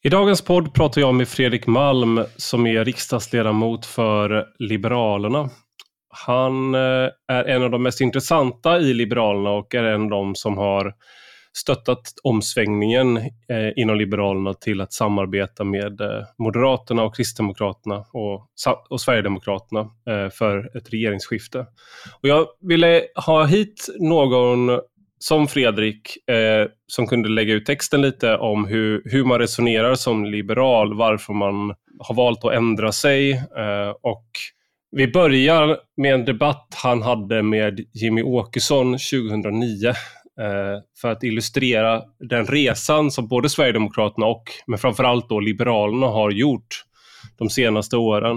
I dagens podd pratar jag med Fredrik Malm som är riksdagsledamot för Liberalerna. Han är en av de mest intressanta i Liberalerna och är en av de som har stöttat omsvängningen inom Liberalerna till att samarbeta med Moderaterna och Kristdemokraterna och Sverigedemokraterna för ett regeringsskifte. Och jag ville ha hit någon som Fredrik som kunde lägga ut texten lite om hur man resonerar som liberal, varför man har valt att ändra sig. Och vi börjar med en debatt han hade med Jimmie Åkesson 2009 för att illustrera den resan som både Sverigedemokraterna men framförallt då Liberalerna har gjort de senaste åren.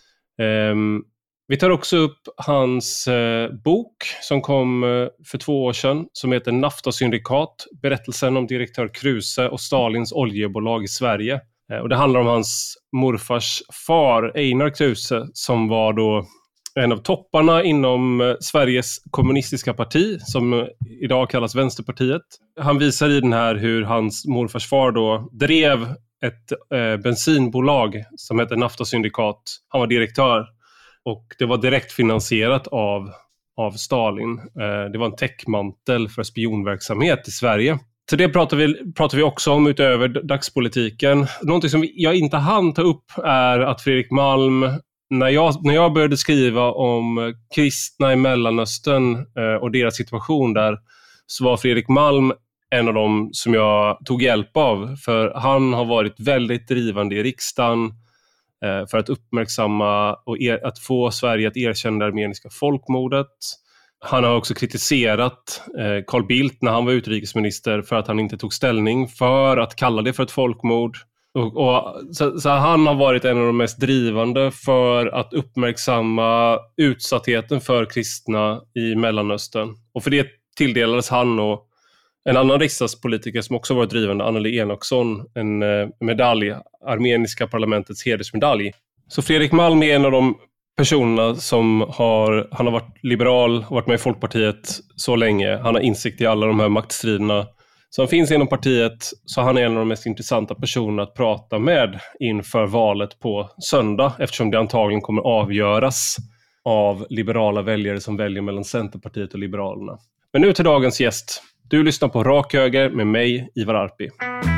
Vi tar också upp hans bok som kom för 2 år sedan som heter Nafta-syndikat, berättelsen om direktör Kruse och Stalins oljebolag i Sverige. Och det handlar om hans morfars far, Einar Kruse, som var då en av topparna inom Sveriges kommunistiska parti som idag kallas Vänsterpartiet. Han visar i den här hur hans morfars far då drev ett bensinbolag som heter Nafta-syndikat. Han var direktör. Och det var direkt finansierat av Stalin. Det var en täckmantel för spionverksamhet i Sverige. Så det pratar vi också om utöver dagspolitiken. Någonting som jag inte hann ta upp är att Fredrik Malm, när jag började skriva om kristna i Mellanöstern och deras situation där, så var Fredrik Malm en av dem som jag tog hjälp av. För han har varit väldigt drivande i riksdagen för att uppmärksamma och att få Sverige att erkänna det armeniska folkmordet. Han har också kritiserat Carl Bildt när han var utrikesminister för att han inte tog ställning för att kalla det för ett folkmord. Så han har varit en av de mest drivande för att uppmärksamma utsattheten för kristna i Mellanöstern. Och för det tilldelades han och en annan riksdagspolitiker som också varit drivande, Anneli Enoksson, en medalj, armeniska parlamentets hedersmedalj. Så Fredrik Malm är en av de personerna som han har varit liberal och varit med i Folkpartiet så länge. Han har insikt i alla de här maktstriderna som finns inom partiet, så han är en av de mest intressanta personerna att prata med inför valet på söndag, eftersom det antagligen kommer avgöras av liberala väljare som väljer mellan Centerpartiet och Liberalerna. Men nu till dagens gäst. Du lyssnar på Rak Höger med mig, Ivar Arpi.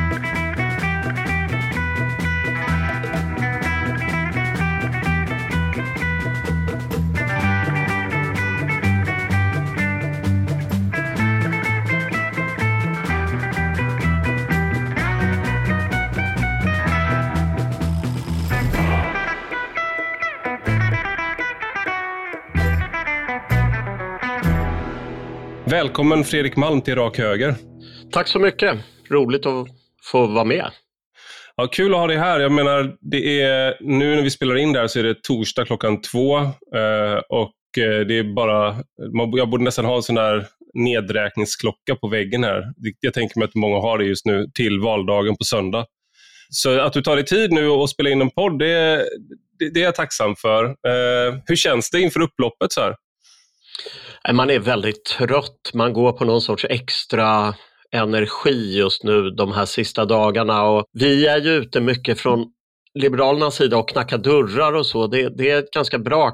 Välkommen Fredrik Malm till Rak Höger. Tack så mycket. Roligt att få vara med. Ja, kul att ha dig här. Jag menar, det är nu när vi spelar in där så är det torsdag 2:00 och det är bara, jag borde nästan ha en sån där nedräkningsklocka på väggen här. Jag tänker mig att många har det just nu till valdagen på söndag. Så att du tar dig tid nu och spelar in en podd, det är jag tacksam för. Hur känns det inför upploppet så här? Man är väldigt trött. Man går på någon sorts extra energi just nu de här sista dagarna. Och vi är ju ute mycket från Liberalernas sida och knackar dörrar och så. Det är ett ganska bra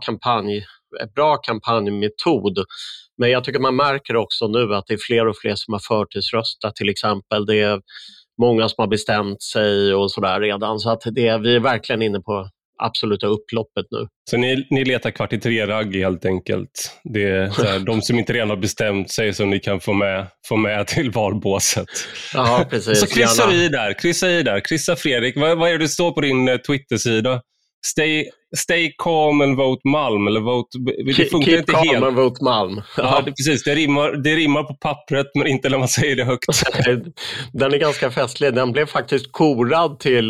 kampanjmetod. Men jag tycker man märker också nu att det är fler och fler som har förtidsröstat till exempel. Det är många som har bestämt sig och sådär redan. Så att vi är verkligen inne på absoluta upploppet nu. Så ni letar 2:45 helt enkelt. Det är så här, de som inte redan har bestämt sig som ni kan få med till valbåset. Ja, precis. Så kryssa Fredrik. Vad är det står på din Twitter-sida? Stay calm and vote Malm, eller vote... Det funkar keep inte calm helt. And vote Malm. Ja, precis. Det rimmar på pappret men inte när man säger det högt. Den är ganska festlig. Den blev faktiskt korad till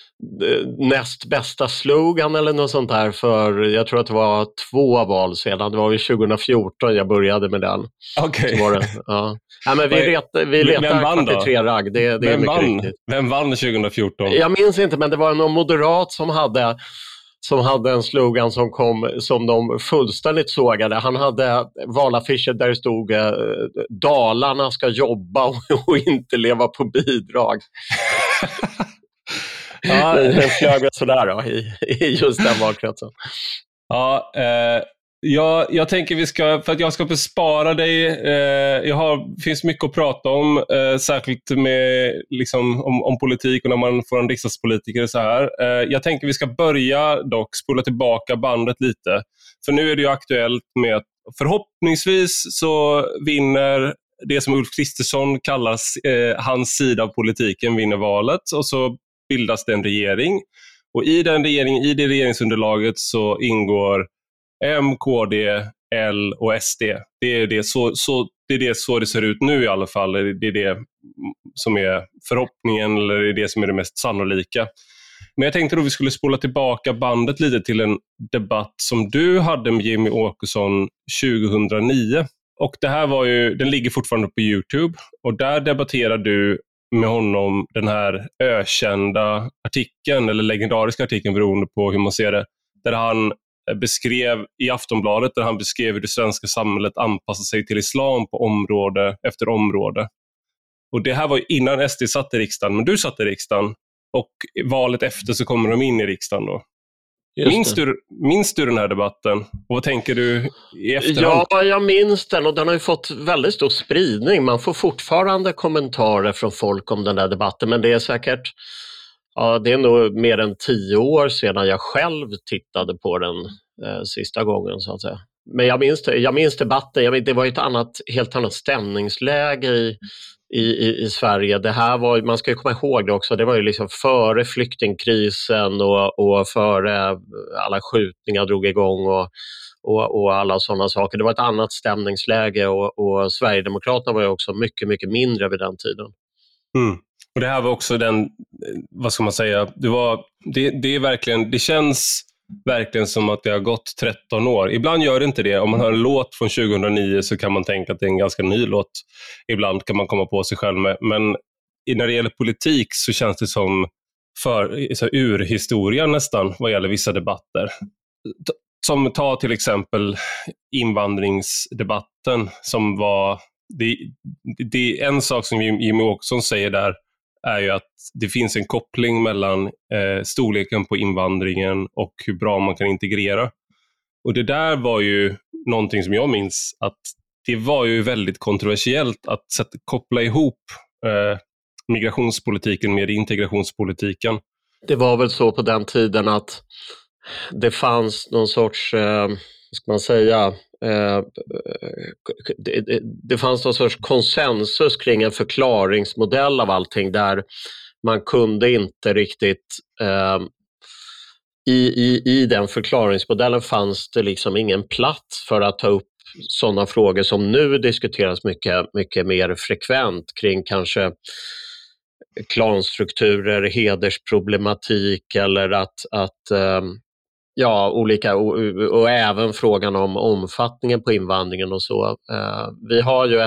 näst bästa slogan eller något sånt där för, jag tror att det var 2 val sedan. Det var ju 2014 jag började med den. Okej. Ja. Ja, men vi letar 43 ragg. Det är mycket riktigt. Vem vann 2014? Jag minns inte, men det var någon moderat som hade en slogan som de fullständigt sågade. Han hade valaffischer där det stod Dalarna ska jobba och inte leva på bidrag. Ja. Den flög väl sådär då, i just den valkretsen. Ja, jag tänker för att jag ska bespara dig, finns mycket att prata om, särskilt med, liksom, om politik och när man får en riksdagspolitiker så här. Jag tänker vi ska börja dock spola tillbaka bandet lite. För nu är det ju aktuellt med att förhoppningsvis så vinner det som Ulf Kristersson kallar hans sida av politiken vinner valet, och så bildas det en regering. Och i det regeringsunderlaget så ingår M, KD, L och SD. Det är så det ser ut nu i alla fall. Det är det som är förhoppningen, eller det är det som är det mest sannolika. Men jag tänkte då vi skulle spola tillbaka bandet lite till en debatt som du hade med Jimmie Åkesson 2009. Och det här den ligger fortfarande på YouTube, och där debatterar du med honom den här ökända artikeln, eller legendariska artikeln beroende på hur man ser det, där han beskrev i Aftonbladet, där han beskrev hur det svenska samhället anpassar sig till islam på område efter område. Och det här var innan SD satt i riksdagen, men du satt i riksdagen, och valet efter så kommer de in i riksdagen då. Minns du den här debatten? Och vad tänker du i efterhand? Ja, jag minns den, och den har ju fått väldigt stor spridning. Man får fortfarande kommentarer från folk om den där debatten, men det är säkert, det är nog mer än 10 år sedan jag själv tittade på den sista gången, så att säga. Men jag minns debatten. Det var ett helt annat stämningsläge i Sverige. Det här var, man ska ju komma ihåg det också, det var ju liksom före flyktingkrisen och före alla skjutningar drog igång och alla sådana saker. Det var ett annat stämningsläge, och Sverigedemokraterna var ju också mycket, mycket mindre vid den tiden. Mm. Och det här var också vad ska man säga, det är verkligen, det känns verkligen som att det har gått 13 år. Ibland gör det inte det. Om man hör en låt från 2009 så kan man tänka att det är en ganska ny låt. Ibland kan man komma på sig själv med. Men när det gäller politik så känns det som urhistoria nästan vad gäller vissa debatter. Som ta till exempel invandringsdebatten, som var det är en sak som Jimmie Åkesson säger där, är ju att det finns en koppling mellan storleken på invandringen och hur bra man kan integrera. Och det där var ju någonting som jag minns, att det var ju väldigt kontroversiellt att koppla ihop migrationspolitiken med integrationspolitiken. Det var väl så på den tiden att det fanns någon sorts, ska man säga, det fanns någon sorts konsensus kring en förklaringsmodell av allting, där man kunde inte riktigt i den förklaringsmodellen fanns det liksom ingen plats för att ta upp sådana frågor som nu diskuteras mycket, mycket mer frekvent kring kanske klanstrukturer, hedersproblematik, eller olika, och även frågan om omfattningen på invandringen och så. Vi har ju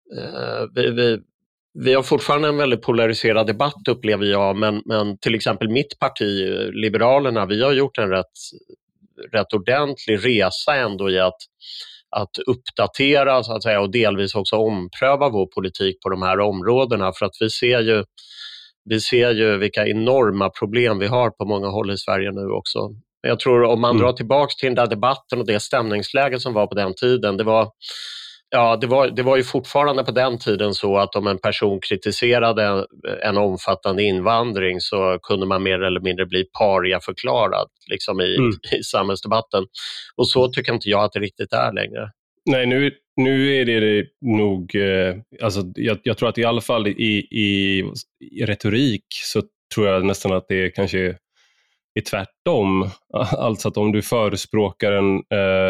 vi har fortfarande en väldigt polariserad debatt, upplever jag, men till exempel mitt parti, Liberalerna, vi har gjort en rätt ordentlig resa ändå i att uppdatera, så att säga, och delvis också ompröva vår politik på de här områdena, för att vi ser ju vilka enorma problem vi har på många håll i Sverige nu också. Men jag tror, om man drar tillbaka till den där debatten och det stämningsläget som var på den tiden, det var ju fortfarande på den tiden så att om en person kritiserade en omfattande invandring så kunde man mer eller mindre bli pariaförklarad liksom i samhällsdebatten. Och så tycker inte jag att det riktigt är längre. Nej, nu är det nog, alltså jag tror att i alla fall i retorik så tror jag nästan att det kanske är tvärtom. Alltså att om du förespråkar en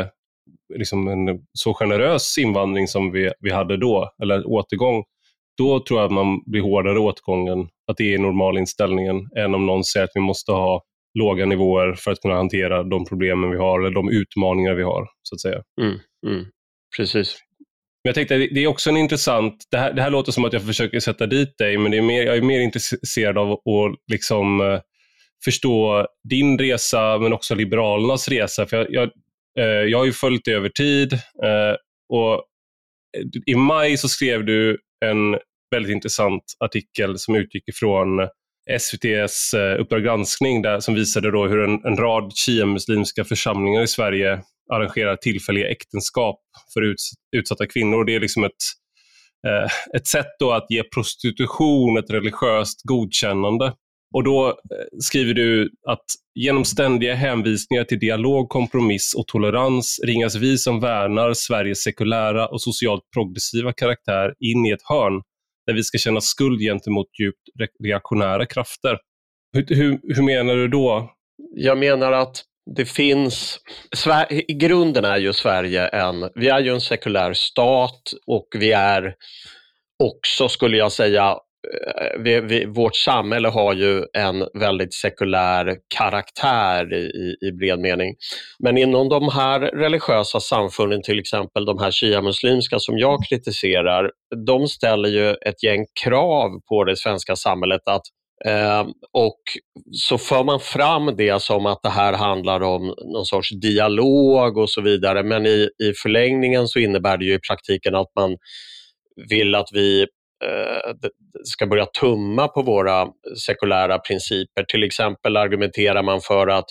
så generös invandring som vi hade då, eller återgång, då tror jag att man blir hårdare åtgången, att det är normalinställningen, än om någon säger att vi måste ha låga nivåer för att kunna hantera de problemen vi har, eller de utmaningar vi har, så att säga. Precis. Men jag tänkte, det är också en intressant, det här låter som att jag försöker sätta dit dig, men jag är mer intresserad av att liksom förstå din resa, men också Liberalernas resa, för jag har ju följt det över tid, och i maj så skrev du en väldigt intressant artikel som utgick ifrån SVT:s Uppdrag granskning där, som visade då hur en rad shia-muslimska församlingar i Sverige arrangerar tillfälliga äktenskap för utsatta kvinnor. Och det är liksom ett sätt då att ge prostitution ett religiöst godkännande. Och då skriver du att genom ständiga hänvisningar till dialog, kompromiss och tolerans ringas vi som värnar Sveriges sekulära och socialt progressiva karaktär in i ett hörn där vi ska känna skuld gentemot djupt reaktionära krafter. Hur menar du då? Jag menar att det finns, i grunden är ju Sverige vi är ju en sekulär stat, och vi är också, skulle jag säga, vårt samhälle har ju en väldigt sekulär karaktär i bred mening. Men inom de här religiösa samfunden, till exempel de här shia-muslimska som jag kritiserar, de ställer ju ett gäng krav på det svenska samhället och så för man fram det som att det här handlar om någon sorts dialog och så vidare, men i förlängningen så innebär det ju i praktiken att man vill att vi ska börja tumma på våra sekulära principer. Till exempel argumenterar man för att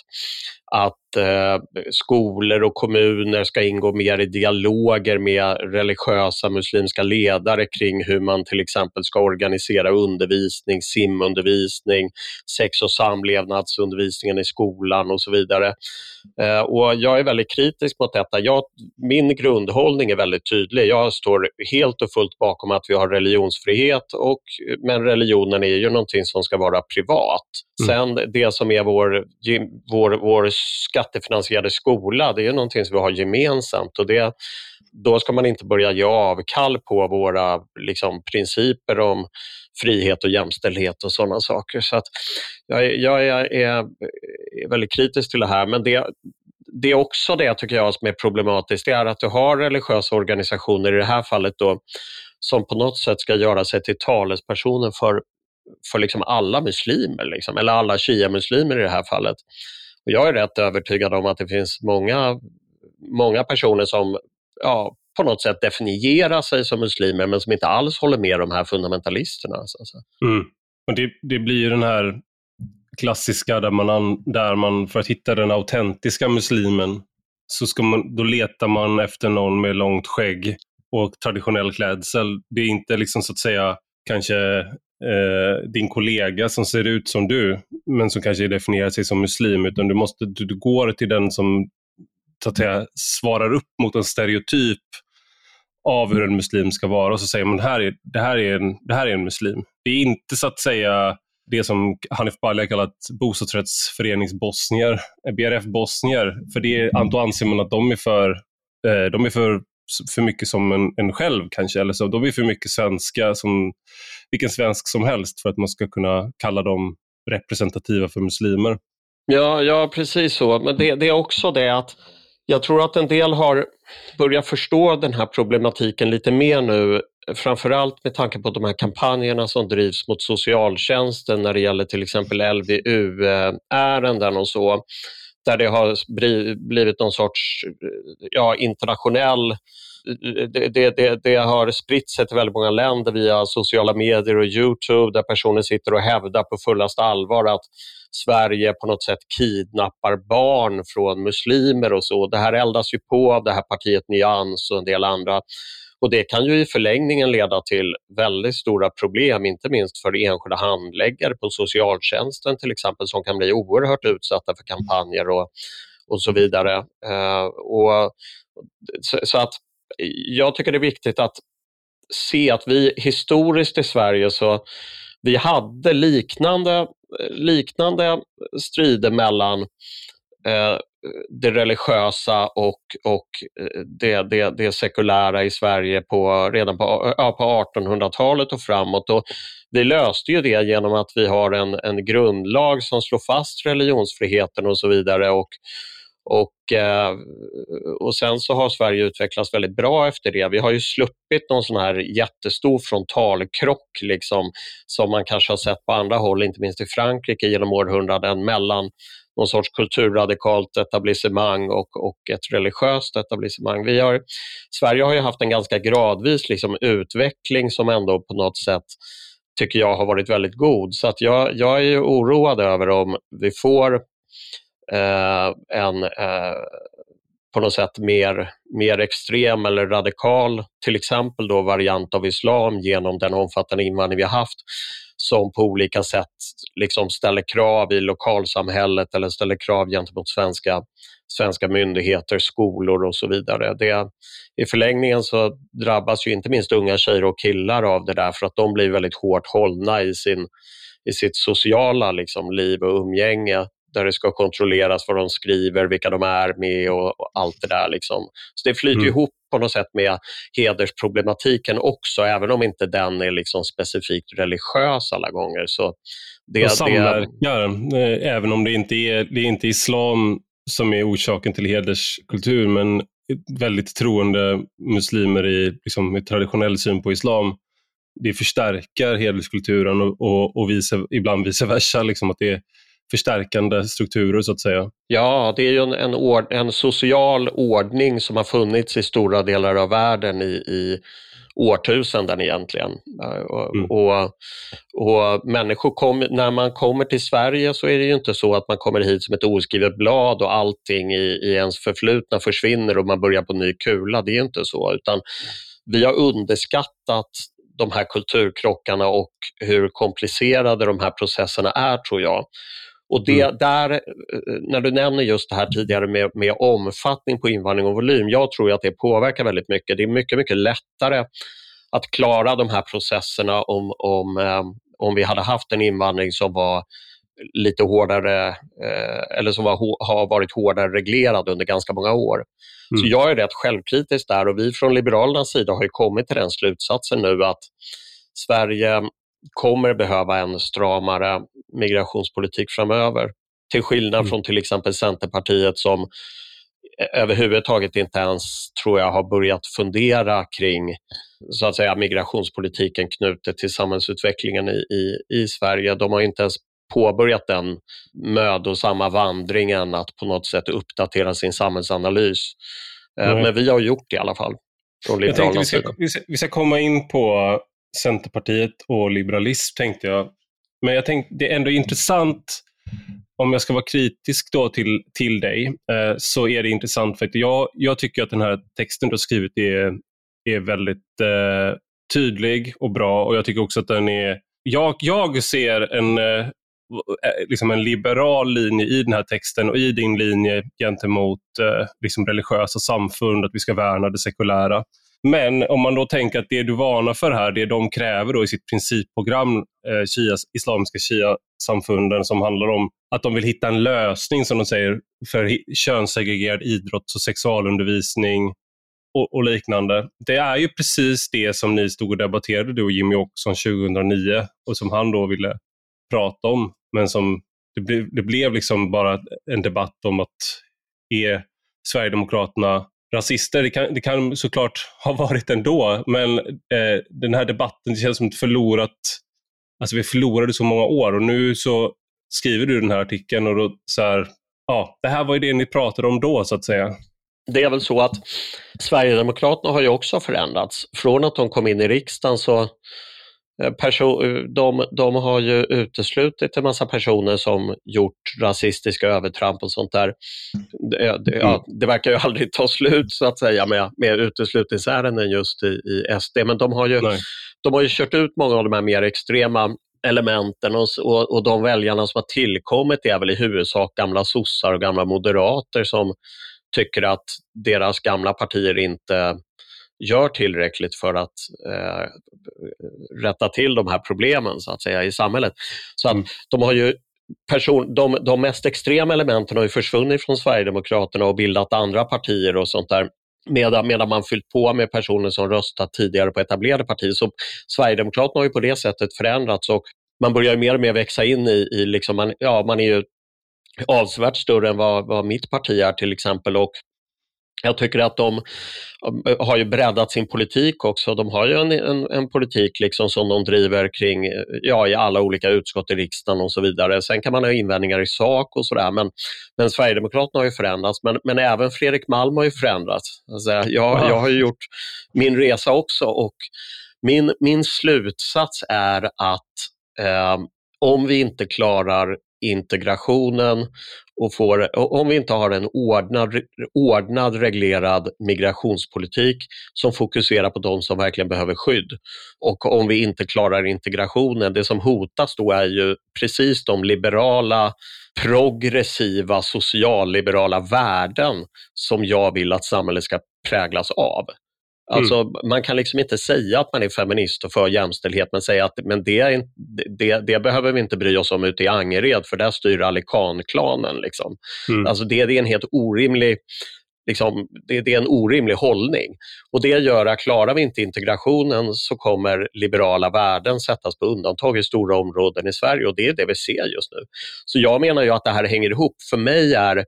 skolor och kommuner ska ingå mer i dialoger med religiösa muslimska ledare kring hur man till exempel ska organisera undervisning, simundervisning, sex- och samlevnadsundervisningen i skolan och så vidare. Och jag är väldigt kritisk mot detta. Min grundhållning är väldigt tydlig. Jag står helt och fullt bakom att vi har religionsfrihet, men religionen är ju någonting som ska vara privat. Sen det som är vår skattefinansierade skola, det är ju någonting som vi har gemensamt, och då ska man inte börja ge avkall på våra principer om frihet och jämställdhet och sådana saker. Så att jag är väldigt kritisk till det här, men det är också det, tycker jag, som är problematiskt. Det är att du har religiösa organisationer i det här fallet då, som på något sätt ska göra sig till talespersoner för alla muslimer, eller alla shia-muslimer i det här fallet. Och jag är rätt övertygad om att det finns många personer som på något sätt definierar sig som muslimer, men som inte alls håller med de här fundamentalisterna. Och det blir ju den här klassiska där man för att hitta den autentiska muslimen så då letar man efter någon med långt skägg och traditionell klädsel. Det är inte så att säga kanske din kollega som ser ut som du, men som kanske definierar sig som muslim, utan du går till den som så att säga svarar upp mot en stereotyp av hur en muslim ska vara, och så säger man det här är en muslim. Det är inte så att säga det som Hanif Bali har kallat bostadsrättsföreningsbosnier, BRF-bosnier, för då anser man att de är för mycket som en själv kanske, eller så. De är för mycket svenska som vilken svensk som helst för att man ska kunna kalla dem representativa för muslimer. Ja, precis så. Men det är också det att jag tror att en del har börjat förstå den här problematiken lite mer nu, framförallt med tanke på de här kampanjerna som drivs mot socialtjänsten när det gäller till exempel LVU-ärenden och så, där det har blivit någon sorts internationell. Det har spritt sig till väldigt många länder via sociala medier och YouTube, där personer sitter och hävdar på fullast allvar att Sverige på något sätt kidnappar barn från muslimer och så. Det här eldas ju på av det här partiet Nyans och en del andra. Och det kan ju i förlängningen leda till väldigt stora problem, inte minst för enskilda handläggare på socialtjänsten till exempel, som kan bli oerhört utsatta för kampanjer och så vidare. Så att jag tycker det är viktigt att se att vi historiskt i Sverige vi hade liknande strider mellan det religiösa och det sekulära i Sverige redan på 1800-talet och framåt. Och vi löste ju det genom att vi har en grundlag som slår fast religionsfriheten och så vidare, och sen så har Sverige utvecklats väldigt bra efter det. Vi har ju sluppit någon sån här jättestor frontalkrock som man kanske har sett på andra håll, inte minst i Frankrike genom århundraden, mellan någon sorts kulturradikalt etablissemang och ett religiöst etablissemang. Sverige har ju haft en ganska gradvis utveckling som ändå på något sätt, tycker jag har varit väldigt god. Så att jag är ju oroad över om vi får en på något sätt mer extrem eller radikal, till exempel då variant av islam genom den omfattande invandring vi har haft, som på olika sätt liksom ställer krav i lokalsamhället eller ställer krav gentemot svenska myndigheter, skolor och så vidare. I förlängningen så drabbas ju inte minst unga tjejer och killar av det där, för att de blir väldigt hårt hållna i sitt sociala liksom, liv och umgänge, där det ska kontrolleras vad de skriver, vilka de är med och allt det där. Liksom. Så det flyter ihop på något sätt med hedersproblematiken också, även om inte den är liksom specifikt religiös alla gånger. Så det samverkar, även om det är inte islam som är orsaken till hederskultur, men väldigt troende muslimer i liksom, traditionell syn på islam, det förstärker hederskulturen och ibland vice versa, liksom, att det är förstärkande strukturer så att säga. Ja, det är ju en social ordning som har funnits i stora delar av världen i årtusenden egentligen. Och människor när man kommer till Sverige så är det ju inte så att man kommer hit som ett oskrivet blad och allting i ens förflutna försvinner och man börjar på ny kula. Det är inte så, utan vi har underskattat de här kulturkrockarna och hur komplicerade de här processerna är, tror jag. Och där, när du nämner just det här tidigare med omfattning på invandring och volym, jag tror att det påverkar väldigt mycket. Det är mycket, mycket lättare att klara de här processerna om vi hade haft en invandring som var lite hårdare eller som har varit hårdare reglerad under ganska många år. Så jag är rätt självkritisk där, och vi från Liberalernas sida har ju kommit till den slutsatsen nu att Sverige kommer behöva en stramare migrationspolitik framöver. Till skillnad från till exempel Centerpartiet, som överhuvudtaget inte ens, tror jag, har börjat fundera kring så att säga migrationspolitiken knutet till samhällsutvecklingen i Sverige. De har inte ens påbörjat den mödosamma vandringen att på något sätt uppdatera sin samhällsanalys. Men vi har gjort det i alla fall. Jag tänkte vi ska komma in på Centerpartiet och liberalism, tänkte jag. Men jag tänkte det är ändå intressant, om jag ska vara kritisk då till dig, så är det intressant för att jag tycker att den här texten du har skrivit är väldigt tydlig och bra, och jag tycker också att den är... Jag ser liksom en liberal linje i den här texten och i din linje gentemot liksom religiösa samfund, att vi ska värna det sekulära. Men om man då tänker att det du varnar för här, det de kräver då i sitt principprogram, islamiska Shia-samfunden, som handlar om att de vill hitta en lösning, som de säger, för könssegregerad idrotts- och sexualundervisning och liknande. Det är ju precis det som ni stod och debatterade, du och Jimmie Åkesson 2009, och som han då ville prata om, men som det blev liksom bara en debatt om att är Sverigedemokraterna rasister. Det kan såklart ha varit ändå, men den här debatten, det känns som att vi förlorade så många år, och nu så skriver du den här artikeln och då så här, ja, det här var ju det ni pratade om då, så att säga. Det är väl så att Sverigedemokraterna har ju också förändrats. Från att de kom in i riksdagen så de har ju uteslutit en massa personer som gjort rasistiska övertramp och sånt där. Det verkar ju aldrig ta slut, så att säga, med uteslutningsärenden just i SD, men de har ju kört ut många av de här mer extrema elementen, och de väljarna som har tillkommit är väl i huvudsak gamla sossar och gamla moderater som tycker att deras gamla partier inte gör tillräckligt för att rätta till de här problemen, så att säga, i samhället. Så att de har ju de mest extrema elementen har ju försvunnit från Sverigedemokraterna och bildat andra partier och sånt där, medan man fyllt på med personer som röstat tidigare på etablerade partier. Så Sverigedemokraterna har ju på det sättet förändrats, och man börjar ju mer och mer växa in i liksom, man är ju avsevärt större än vad mitt parti är till exempel, och jag tycker att de har ju breddat sin politik också. De har ju en politik liksom som de driver kring i alla olika utskott i riksdagen och så vidare. Sen kan man ha invändningar i sak och sådär, men Sverigedemokraterna har ju förändrats, men även Fredrik Malm har ju förändrats. Alltså, jag har ju gjort min resa också, och Min slutsats är att om vi inte klarar integrationen om vi inte har en ordnad, reglerad migrationspolitik som fokuserar på de som verkligen behöver skydd, och om vi inte klarar integrationen, det som hotas då är ju precis de liberala, progressiva, socialliberala värden som jag vill att samhället ska präglas av. Alltså, man kan liksom inte säga att man är feminist och för jämställdhet, men säga att det behöver vi inte bry oss om ute i Angered, för där styr Alican-klanen. Liksom. Alltså, det är en helt orimlig, liksom, det är en orimlig hållning. Och det gör att klarar vi inte integrationen så kommer liberala värden sättas på undantag i stora områden i Sverige, och det är det vi ser just nu. Så jag menar ju att det här hänger ihop. För mig är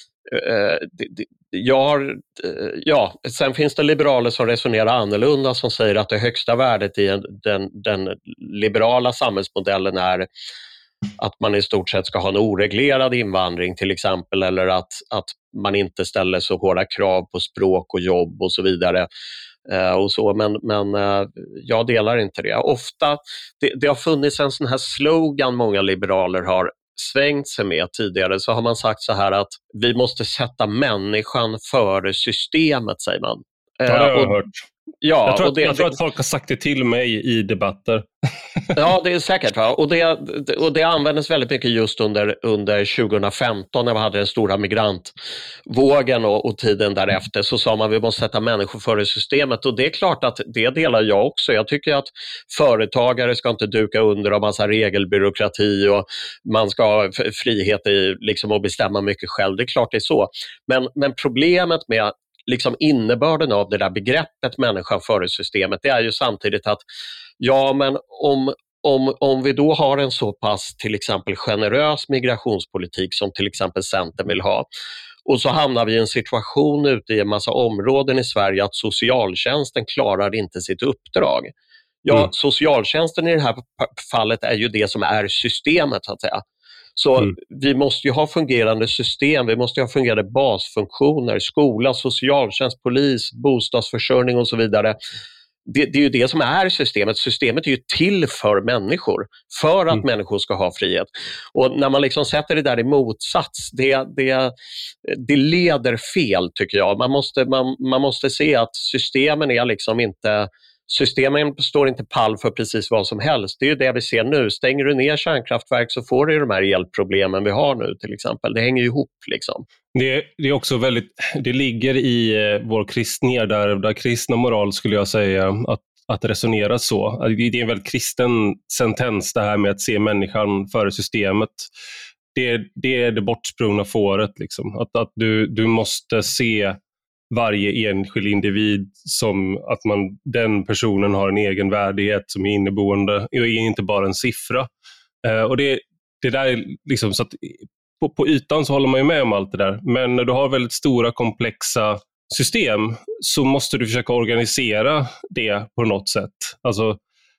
sen finns det liberaler som resonerar annorlunda, som säger att det högsta värdet i den liberala samhällsmodellen är att man i stort sett ska ha en oreglerad invandring till exempel, eller att man inte ställer så hårda krav på språk och jobb och så vidare. Och så, men jag delar inte det. Ofta, det har funnits en sån här slogan många liberaler har svängt sig med tidigare, så har man sagt så här att vi måste sätta människan före systemet, säger man. Ja, det har jag hört. Ja, jag tror att folk har sagt det till mig i debatter. Ja, det är säkert. Va? Och det användes väldigt mycket just under 2015 när vi hade den stora migrantvågen och tiden därefter, så sa man att vi måste sätta människor före systemet, och det är klart att det delar jag också. Jag tycker att företagare ska inte duka under av massa regelbyråkrati och man ska ha frihet i liksom att bestämma mycket själv. Det är klart det är så. Men problemet med liksom innebörden av det där begreppet människan före systemet, det är ju samtidigt att men om vi då har en så pass till exempel generös migrationspolitik som till exempel Centern vill ha, och så hamnar vi i en situation ute i en massa områden i Sverige att socialtjänsten klarar inte sitt uppdrag. Socialtjänsten i det här fallet är ju det som är systemet, så att säga. Så vi måste ju ha fungerande system, vi måste ha fungerande basfunktioner, skola, socialtjänst, polis, bostadsförsörjning och så vidare. Det är ju det som är systemet. Systemet är ju till för människor, för att människor ska ha frihet. Och när man liksom sätter det där i motsats, det leder fel, tycker jag. Man måste se att systemen är liksom inte... Systemen står inte pall för precis vad som helst. Det är ju det vi ser nu. Stänger du ner kärnkraftverk så får du de här elproblemen vi har nu till exempel. Det hänger ju ihop liksom. Det är också väldigt, det ligger i vår där kristna moral, skulle jag säga, att resonera så. Det är en väldigt kristen sentens, det här med att se människan före systemet. Det är det bortsprungna fåret liksom. Att du måste se varje enskild individ som att den personen har en egen värdighet som är inneboende och är inte bara en siffra. Och det där är liksom så att på ytan så håller man ju med om allt det där, men när du har väldigt stora komplexa system så måste du försöka organisera det på något sätt. Alltså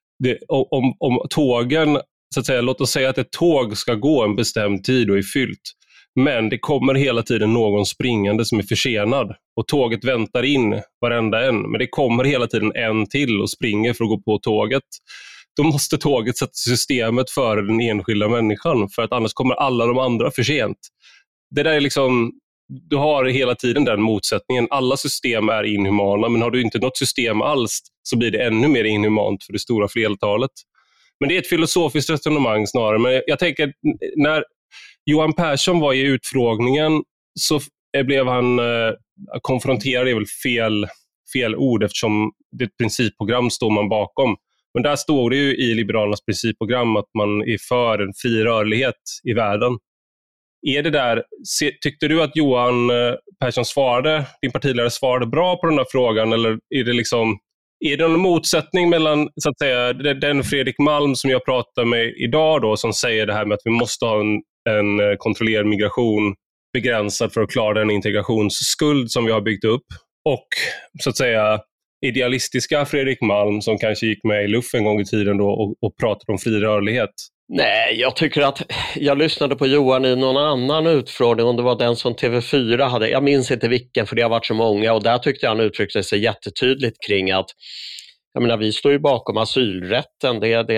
om tågen, så att säga, låt oss säga att ett tåg ska gå en bestämd tid och är fyllt, men det kommer hela tiden någon springande som är försenad och tåget väntar in varenda en, men det kommer hela tiden en till och springer för att gå på tåget. Då måste tåget sätta systemet före den enskilda människan, för att annars kommer alla de andra för sent. Det där är liksom, du har hela tiden den motsättningen. Alla system är inhumana, men har du inte något system alls så blir det ännu mer inhumant för det stora flertalet. Men det är ett filosofiskt resonemang snarare. Men jag tänker, när Johan Persson var i utfrågningen så blev han konfronterad, det är väl fel ord, eftersom det är ett principprogram står man bakom. Men där står det ju i Liberalernas principprogram att man är för en fri rörlighet i världen. Är det där, tyckte du att Johan Persson din partiledare svarade bra på den här frågan, eller är det en motsättning mellan, så att säga, den Fredrik Malm som jag pratar med idag då, som säger det här med att vi måste ha en kontrollerad migration begränsad för att klara den integrationsskuld som vi har byggt upp, och så att säga idealistiska Fredrik Malm som kanske gick med i luft en gång i tiden då och pratade om fri rörlighet? Nej, jag tycker att jag lyssnade på Johan i någon annan utfrågning, om det var den som TV4 hade. Jag minns inte vilken, för det har varit så många, och där tyckte jag han uttryckte sig jättetydligt kring att jag menar, vi står ju bakom asylrätten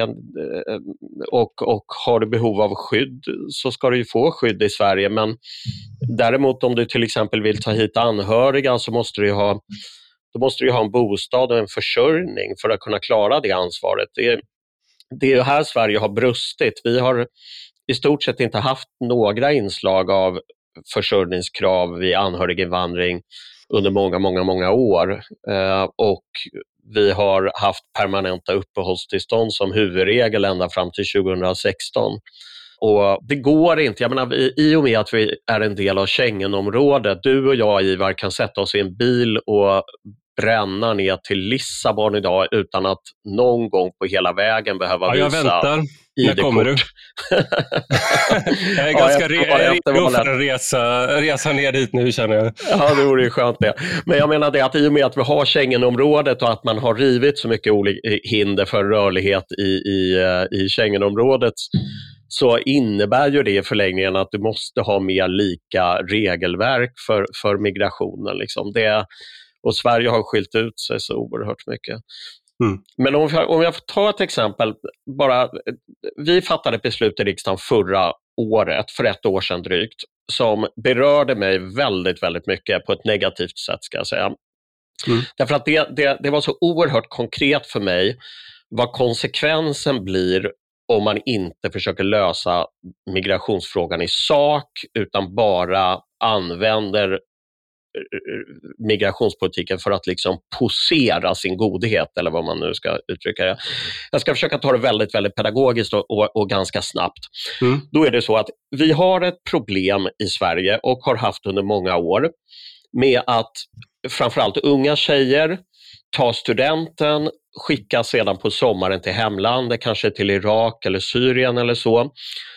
och har du behov av skydd så ska du ju få skydd i Sverige, men däremot om du till exempel vill ta hit anhöriga så måste du ju ha en bostad och en försörjning för att kunna klara det ansvaret. Det är ju här Sverige har brustit. Vi har i stort sett inte haft några inslag av försörjningskrav vid anhöriginvandring under många år. Och vi har haft permanenta uppehållstillstånd som huvudregel ända fram till 2016. Och det går inte, jag menar, i och med att vi är en del av Schengenområdet, du och jag, Ivar, kan sätta oss i en bil och bränna ner till Lissabon idag utan att någon gång på hela vägen behöva visa ID-kort. Jag väntar. När kommer du? Jag är ganska redo för en resa ner dit nu, känner jag. Ja, det vore ju skönt det. Men jag menar det att i och med att vi har Schengenområdet och att man har rivit så mycket hinder för rörlighet i Schengenområdet, så innebär ju det i förlängningen att du måste ha mer lika regelverk för migrationen. Liksom. Och Sverige har skilt ut sig så oerhört mycket. Mm. Men om jag får ta ett exempel, vi fattade ett beslut i riksdagen förra året, för 1 år sedan drygt, som berörde mig väldigt, väldigt mycket på ett negativt sätt, ska jag säga. Mm. Därför att det var så oerhört konkret för mig vad konsekvensen blir om man inte försöker lösa migrationsfrågan i sak utan bara använder migrationspolitiken för att liksom posera sin godhet, eller vad man nu ska uttrycka det. Jag ska försöka ta det väldigt, väldigt pedagogiskt och ganska snabbt. Mm. Då är det så att vi har ett problem i Sverige och har haft under många år med att framförallt unga tjejer tar studenten, skickas sedan på sommaren till hemlandet, kanske till Irak eller Syrien eller så.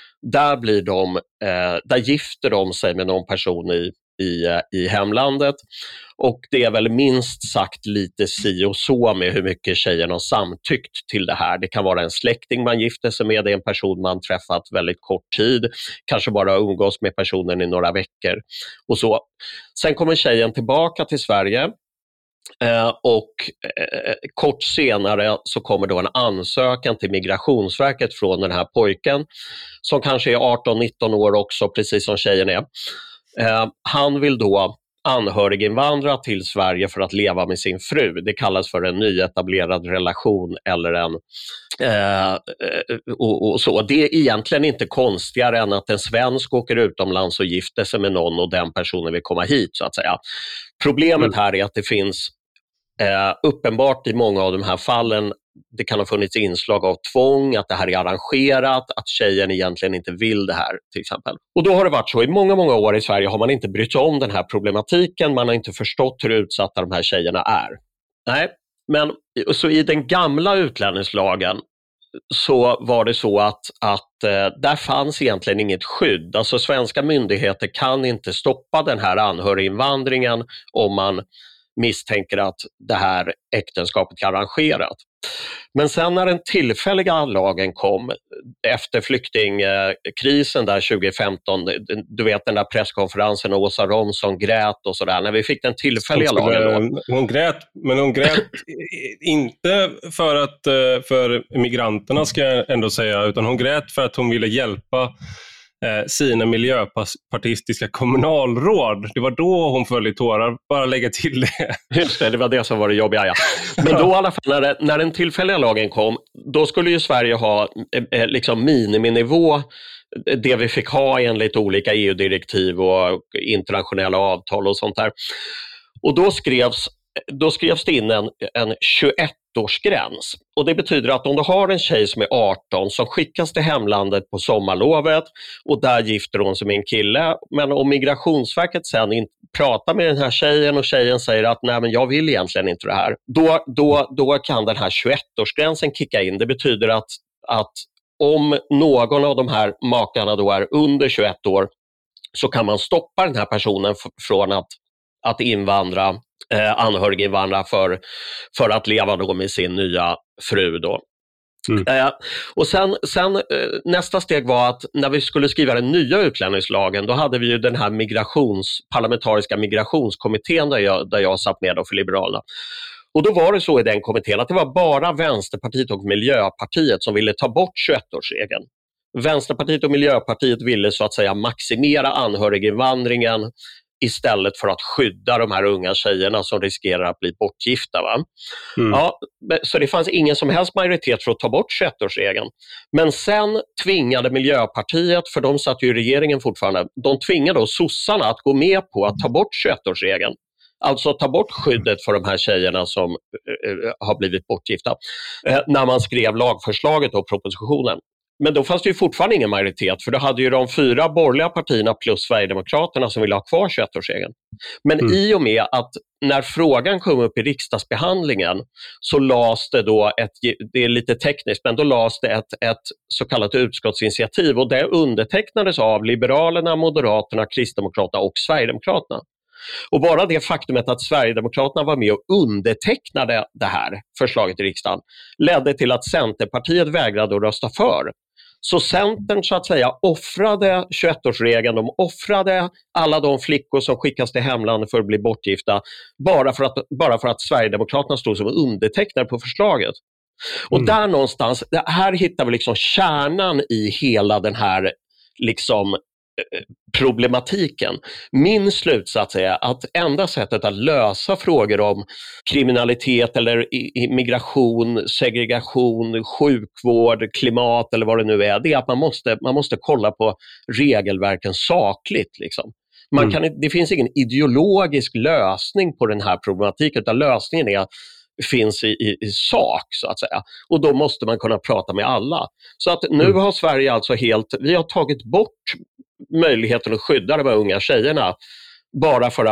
Där gifter de sig med någon person i hemlandet, och det är väl minst sagt lite si och så med hur mycket tjejerna har samtyckt till det här. Det kan vara en släkting man gifter sig med, det är en person man träffat väldigt kort tid, kanske bara umgås med personen i några veckor och så. Sen kommer tjejen tillbaka till Sverige och kort senare så kommer då en ansökan till Migrationsverket från den här pojken som kanske är 18-19 år också, precis som tjejen är. Han vill då anhöriginvandra till Sverige för att leva med sin fru. Det kallas för en nyetablerad relation eller och så. Det är egentligen inte konstigare än att en svensk åker utomlands och gifter sig med någon och den personen vill komma hit, så att säga. Problemet här är att det finns uppenbart i många av de här fallen, det kan ha funnits inslag av tvång, att det här är arrangerat, att tjejen egentligen inte vill det här till exempel. Och då har det varit så, i många år i Sverige har man inte brytt sig om den här problematiken, man har inte förstått hur utsatta de här tjejerna är. Nej, men så i den gamla utlänningslagen så var det så att där fanns egentligen inget skydd. Alltså svenska myndigheter kan inte stoppa den här anhöriginvandringen om man misstänker att det här äktenskapet är arrangerat. Men sen när den tillfälliga lagen kom efter flyktingkrisen där 2015, du vet den där presskonferensen och Åsa Romson grät och sådär, när vi fick den tillfälliga lagen. Hon grät inte för migranterna, ska jag ändå säga, utan hon grät för att hon ville hjälpa sina miljöpartistiska kommunalråd. Det var då hon föll i tårar, bara lägga till det. Just det var det som var det jobbiga. Ja. Men då i alla fall när den tillfälliga lagen kom, då skulle ju Sverige ha liksom miniminivå, det vi fick ha enligt olika EU-direktiv och internationella avtal och sånt där. Och då skrevs det in en 21-årsgräns. Och det betyder att om du har en tjej som är 18 som skickas till hemlandet på sommarlovet och där gifter hon sig med en kille, men om Migrationsverket sen pratar med den här tjejen och tjejen säger att nej, men jag vill egentligen inte det här, då kan den här 21-årsgränsen kicka in. Det betyder att om någon av de här makarna då är under 21 år så kan man stoppa den här personen från att anhöriginvandra för att leva då med sin nya fru då. Och sen nästa steg var att när vi skulle skriva den nya utlänningslagen, då hade vi ju den här parlamentariska migrationskommittén där jag satt med då för Liberalerna. Och då var det så i den kommittén att det var bara Vänsterpartiet och Miljöpartiet som ville ta bort 21-årsregeln. Vänsterpartiet och Miljöpartiet ville så att säga maximera anhöriginvandringen istället för att skydda de här unga tjejerna som riskerar att bli bortgifta. Va? Ja, så det fanns ingen som helst majoritet för att ta bort 21-årsregeln. Men sen tvingade Miljöpartiet, för de satt ju i regeringen fortfarande, de tvingade då sossarna att gå med på att ta bort 21-årsregeln. Alltså ta bort skyddet för de här tjejerna som har blivit bortgifta när man skrev lagförslaget och propositionen. Men då fanns det ju fortfarande ingen majoritet, för då hade ju de 4 borgerliga partierna plus Sverigedemokraterna som ville ha kvar 21-årsregeln. Men i och med att när frågan kom upp i riksdagsbehandlingen så lades det då det är lite tekniskt, men då lades det ett så kallat utskottsinitiativ, och det undertecknades av Liberalerna, Moderaterna, Kristdemokraterna och Sverigedemokraterna. Och bara det faktumet att Sverigedemokraterna var med och undertecknade det här förslaget i riksdagen ledde till att Centerpartiet vägrade att rösta för. Så Centern så att säga offrade 21-årsregeln, de offrade alla de flickor som skickas till hemlandet för att bli bortgifta bara för att Sverigedemokraterna stod som undertecknare på förslaget. Och där någonstans, här hittar vi liksom kärnan i hela den här liksom problematiken. Min slutsats är att enda sättet att lösa frågor om kriminalitet eller migration, segregation, sjukvård, klimat eller vad det nu är, det är att man måste kolla på regelverken sakligt. Liksom. Det finns ingen ideologisk lösning på den här problematiken, utan lösningen finns i sak så att säga. Och då måste man kunna prata med alla. Så att nu har Sverige alltså vi har tagit bort möjligheten att skydda de här unga tjejerna bara för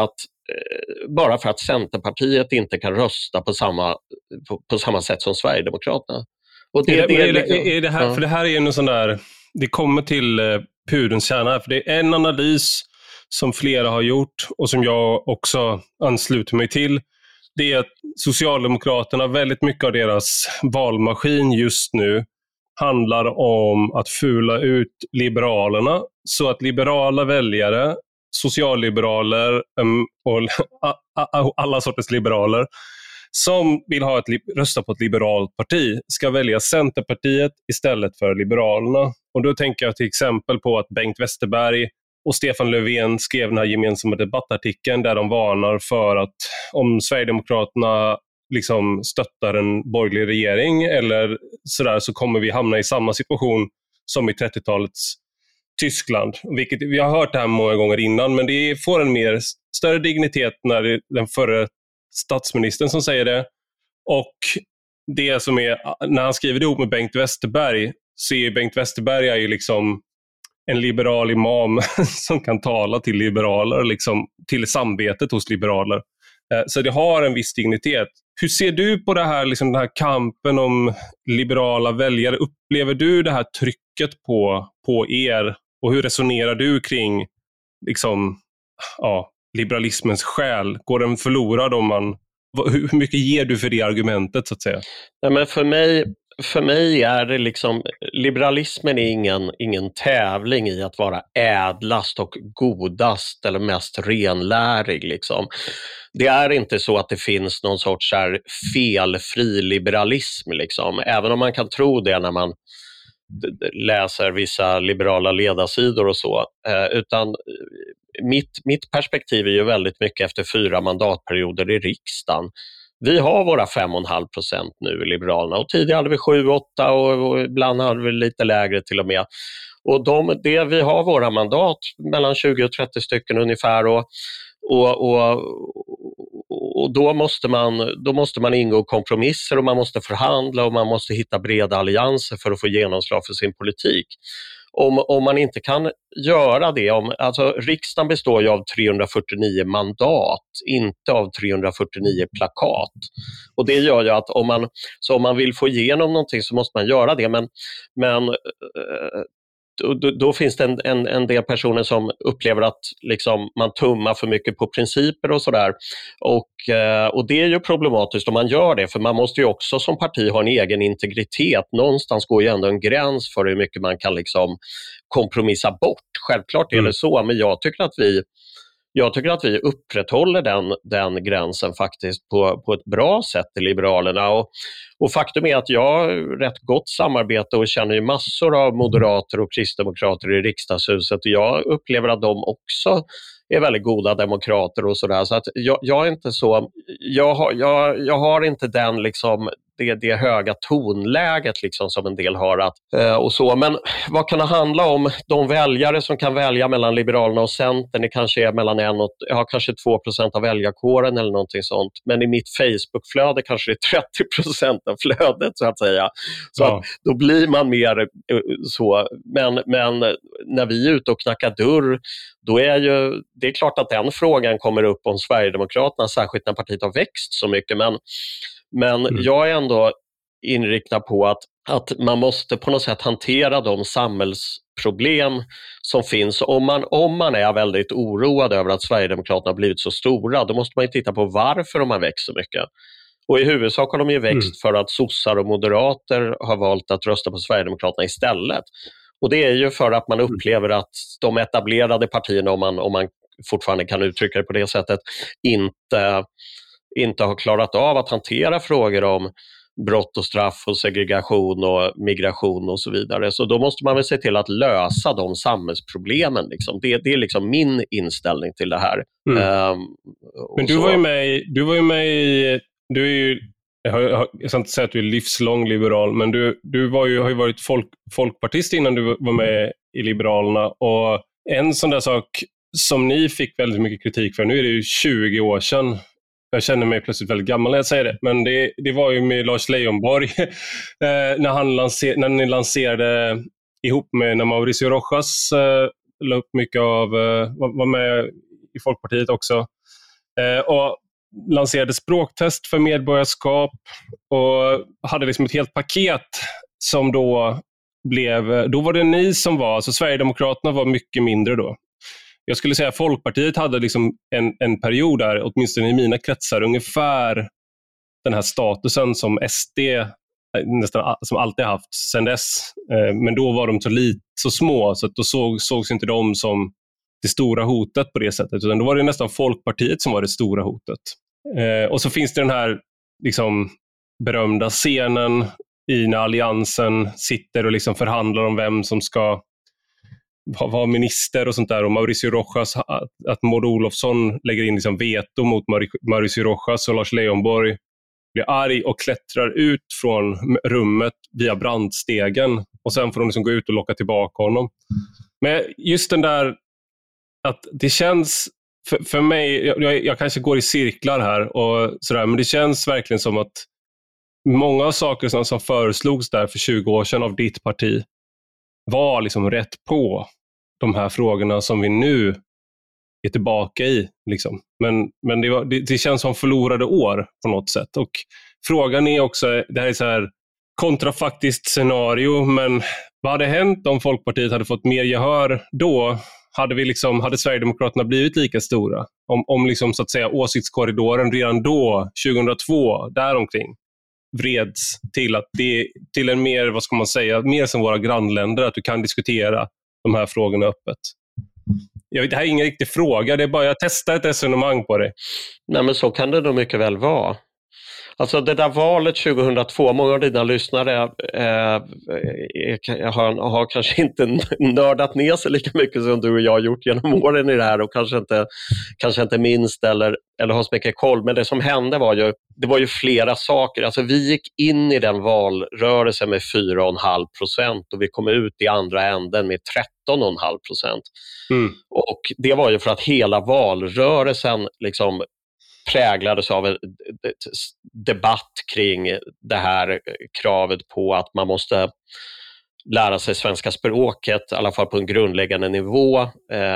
att Centerpartiet inte kan rösta på samma sätt som Sverigedemokraterna. Och det här, för det här är en sån där, det kommer till pudelns kärna, för det är en analys som flera har gjort och som jag också ansluter mig till. Det är att Socialdemokraterna, väldigt mycket av deras valmaskin just nu handlar om att fula ut Liberalerna så att liberala väljare, socialliberaler och alla sorters liberaler som vill rösta på ett liberalt parti ska välja Centerpartiet istället för Liberalerna. Och då tänker jag till exempel på att Bengt Westerberg och Stefan Löfven skrev den här gemensamma debattartikeln där de varnar för att om Sverigedemokraterna liksom stöttar en borgerlig regering eller sådär, så kommer vi hamna i samma situation som i 30-talets Tyskland. Vilket vi har hört det här många gånger innan, men det får en större dignitet när det är den förre statsministern som säger det. Och det som är, när han skriver ihop med Bengt Westerberg, så är Bengt Westerberg är ju liksom en liberal imam som kan tala till liberaler, liksom till samvetet hos liberaler. Så det har en viss dignitet. Hur ser du på det här, liksom den här kampen om liberala väljare? Upplever du det här trycket på er? Och hur resonerar du kring liksom, liberalismens själ? Går den förlorad hur mycket ger du för det argumentet så att säga? Nej, men för mig är det liksom, liberalismen är ingen tävling i att vara ädlast och godast eller mest renlärig liksom. Det är inte så att det finns någon sorts här felfri liberalism liksom, även om man kan tro det när man läser vissa liberala ledarsidor och så, utan mitt perspektiv är ju väldigt mycket efter 4 mandatperioder i riksdagen. Vi har våra 5,5% nu i Liberalerna, och tidigare hade vi 7-8 och ibland hade vi lite lägre till och med. Och vi har våra mandat mellan 20 och 30 stycken ungefär, och då måste man ingå kompromisser och man måste förhandla och man måste hitta breda allianser för att få genomslag för sin politik. Om man inte kan göra det, alltså riksdagen består ju av 349 mandat, inte av 349 plakat. Och det gör ju att om man vill få igenom någonting så måste man göra det, men då finns det en del personer som upplever att liksom man tummar för mycket på principer och sådär. Och det är ju problematiskt om man gör det, för man måste ju också som parti ha en egen integritet. Någonstans går ju ändå en gräns för hur mycket man kan liksom kompromissa bort. Självklart är det så, men jag tycker att jag tycker att vi upprätthåller den gränsen faktiskt på ett bra sätt i Liberalerna. Och faktum är att jag har rätt gott samarbete och känner ju massor av moderater och kristdemokrater i riksdagshuset. Jag upplever att de också är väldigt goda demokrater och sådär. Så att jag är inte så, jag har inte den liksom det höga tonläget liksom som en del har och så. Men vad kan det handla om? De väljare som kan välja mellan Liberalerna och Centern, det kanske är mellan kanske 2% av väljarkåren eller någonting sånt. Men i mitt Facebookflöde kanske det är 30% av flödet så att säga. Så att då blir man mer så. Men när vi är ute och knackar dörr, då är det är klart att den frågan kommer upp om Sverigedemokraterna, särskilt när partiet har växt så mycket. Men jag är ändå inriktad på att man måste på något sätt hantera de samhällsproblem som finns. Om man är väldigt oroad över att Sverigedemokraterna har blivit så stora, då måste man ju titta på varför de har växt så mycket. Och i huvudsak har de ju växt för att sossar och moderater har valt att rösta på Sverigedemokraterna istället. Och det är ju för att man upplever att de etablerade partierna, om man fortfarande kan uttrycka det på det sättet, inte har klarat av att hantera frågor om brott och straff och segregation och migration och så vidare. Så då måste man väl se till att lösa de samhällsproblemen. Liksom. Det är liksom min inställning till det här. Men du var ju med i, du är ju, jag ska inte säga att du är livslång liberal, men du har ju varit folkpartist innan du var med i Liberalerna, och en sån där sak som ni fick väldigt mycket kritik för, nu är det ju 20 år sedan. Jag känner mig plötsligt väldigt gammal när jag säger det. Men det var ju med Lars Leijonborg när ni lanserade ihop med, när Mauricio Rojas la upp mycket av, var med i Folkpartiet också. Och lanserade språktest för medborgarskap och hade liksom ett helt paket som då var det ni som var, alltså Sverigedemokraterna var mycket mindre då. Jag skulle säga att Folkpartiet hade liksom en period där, åtminstone i mina kretsar, ungefär den här statusen som SD nästan som alltid haft sedan dess. Men då var de så små, så att då sågs inte de som det stora hotet på det sättet, utan då var det nästan Folkpartiet som var det stora hotet. Och så finns det den här liksom berömda scenen när alliansen sitter och liksom förhandlar om vem som ska vara minister och sånt där, och Mauricio Rojas, att Maud Olofsson lägger in liksom veto mot Mauricio Rojas, och Lars Leijonborg blir arg och klättrar ut från rummet via brandstegen, och sen får de liksom gå ut och locka tillbaka honom. Men just den där, att det känns för mig, jag kanske går i cirklar här och sådär, men det känns verkligen som att många av saker som föreslogs där för 20 år sedan av ditt parti var liksom rätt på de här frågorna som vi nu är tillbaka i. Liksom. Men det känns som förlorade år på något sätt. Och frågan är också, det här är så här kontrafaktiskt scenario, men vad hade hänt om Folkpartiet hade fått mer gehör då? Hade Sverigedemokraterna blivit lika stora? Om liksom, så att säga, åsiktskorridoren redan då, 2002, däromkring, vreds till en mer, vad ska man säga, mer som våra grannländer, att du kan diskutera de här frågorna öppet. Det här är ingen riktig fråga, det är bara jag testar ett resonemang på det. Nej, men så kan det nog mycket väl vara. Alltså det där valet 2002, många av dina lyssnare har kanske inte nördat ner sig lika mycket som du och jag har gjort genom åren i det här, och kanske inte minst eller har så mycket koll. Men det som hände var ju flera saker. Alltså vi gick in i den valrörelsen med 4,5% och vi kom ut i andra änden med 13,5%. Och det var ju för att hela valrörelsen liksom präglades av en debatt kring det här kravet på att man måste lära sig svenska språket, i alla fall på en grundläggande nivå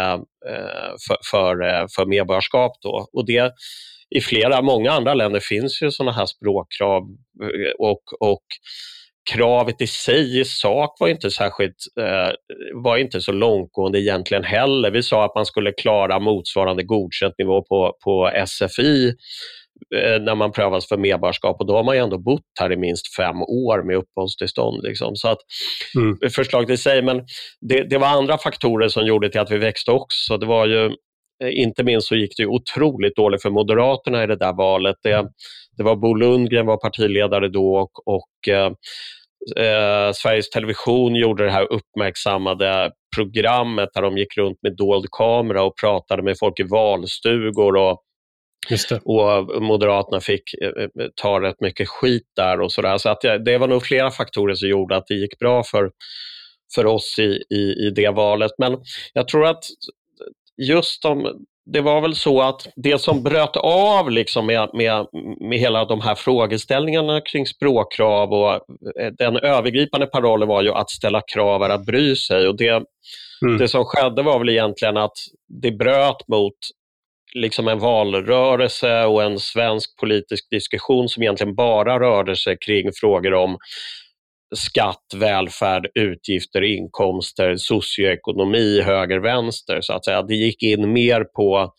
för medborgarskap då. Och det i många andra länder finns ju sådana här språkkrav, och kravet i sig i sak var inte så långtgående egentligen heller. Vi sa att man skulle klara motsvarande godkänt nivå på SFI när man prövas för medborgarskap, och då har man ju ändå bott här i minst 5 år med uppehållstillstånd. Liksom. Så att förslaget i sig, men det var andra faktorer som gjorde till att vi växte också. Det var ju inte minst så gick det ju otroligt dåligt för Moderaterna i det där valet. Det var Bo Lundgren var partiledare då och Sveriges Television gjorde det här uppmärksammade programmet där de gick runt med dold kamera och pratade med folk i valstugor och Moderaterna fick ta rätt mycket skit där och sådär. Så att det var nog flera faktorer som gjorde att det gick bra för oss i det valet. Men jag tror att det var väl så att det som bröt av liksom med hela de här frågeställningarna kring språkkrav och den övergripande parollen var ju att ställa krav är att bry sig, och det som skedde var väl egentligen att det bröt mot liksom en valrörelse och en svensk politisk diskussion som egentligen bara rörde sig kring frågor om skatt, välfärd, utgifter, inkomster, socioekonomi, höger, vänster så att säga. Det gick in mer på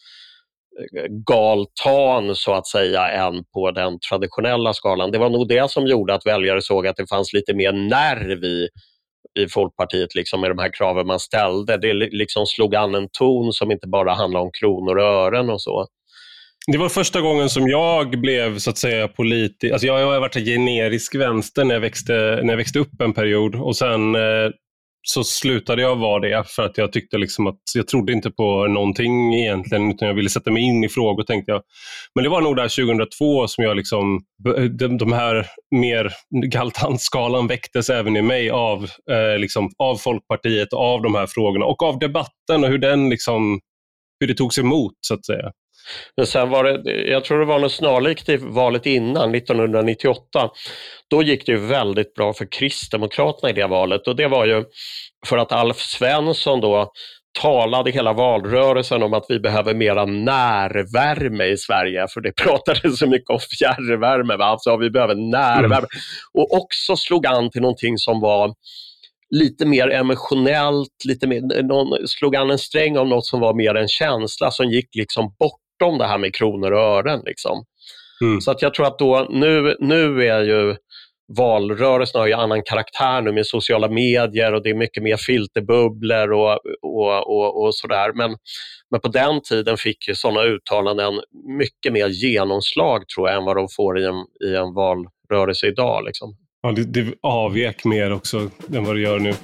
galtan så att säga än på den traditionella skalan. Det var nog det som gjorde att väljare såg att det fanns lite mer nerv i Folkpartiet liksom, med de här kraven man ställde. Det liksom slog an en ton som inte bara handlade om kronor och ören och så. Det var första gången som jag blev så att säga politisk. Alltså jag har varit en generisk vänster när jag växte upp en period, och sen så slutade jag vara det för att jag tyckte liksom att jag trodde inte på någonting egentligen, utan jag ville sätta mig in i frågor, tänkte jag. Men det var nog där 2002 som jag liksom de här mer galtantskalan väcktes även i mig av Folkpartiet, av de här frågorna och av debatten och hur det togs emot så att säga. Men sen var det, jag tror det var något snarlikt i valet innan, 1998. Då gick det ju väldigt bra för Kristdemokraterna i det valet, och det var ju för att Alf Svensson då talade hela valrörelsen om att vi behöver mera närvärme i Sverige, för det pratade så mycket om fjärrvärme, alltså vi behöver närvärme. Och också slog an till någonting som var lite mer emotionellt, slog an en sträng om något som var mer en känsla som gick liksom bortom det här med kronor och ören liksom. Så att jag tror att då nu är ju valrörelsen har ju annan karaktär nu med sociala medier, och det är mycket mer filterbubblor och sådär, men på den tiden fick ju sådana uttalanden mycket mer genomslag tror jag än vad de får i en valrörelse idag liksom. Ja, det avvek mer också än vad det gör nu.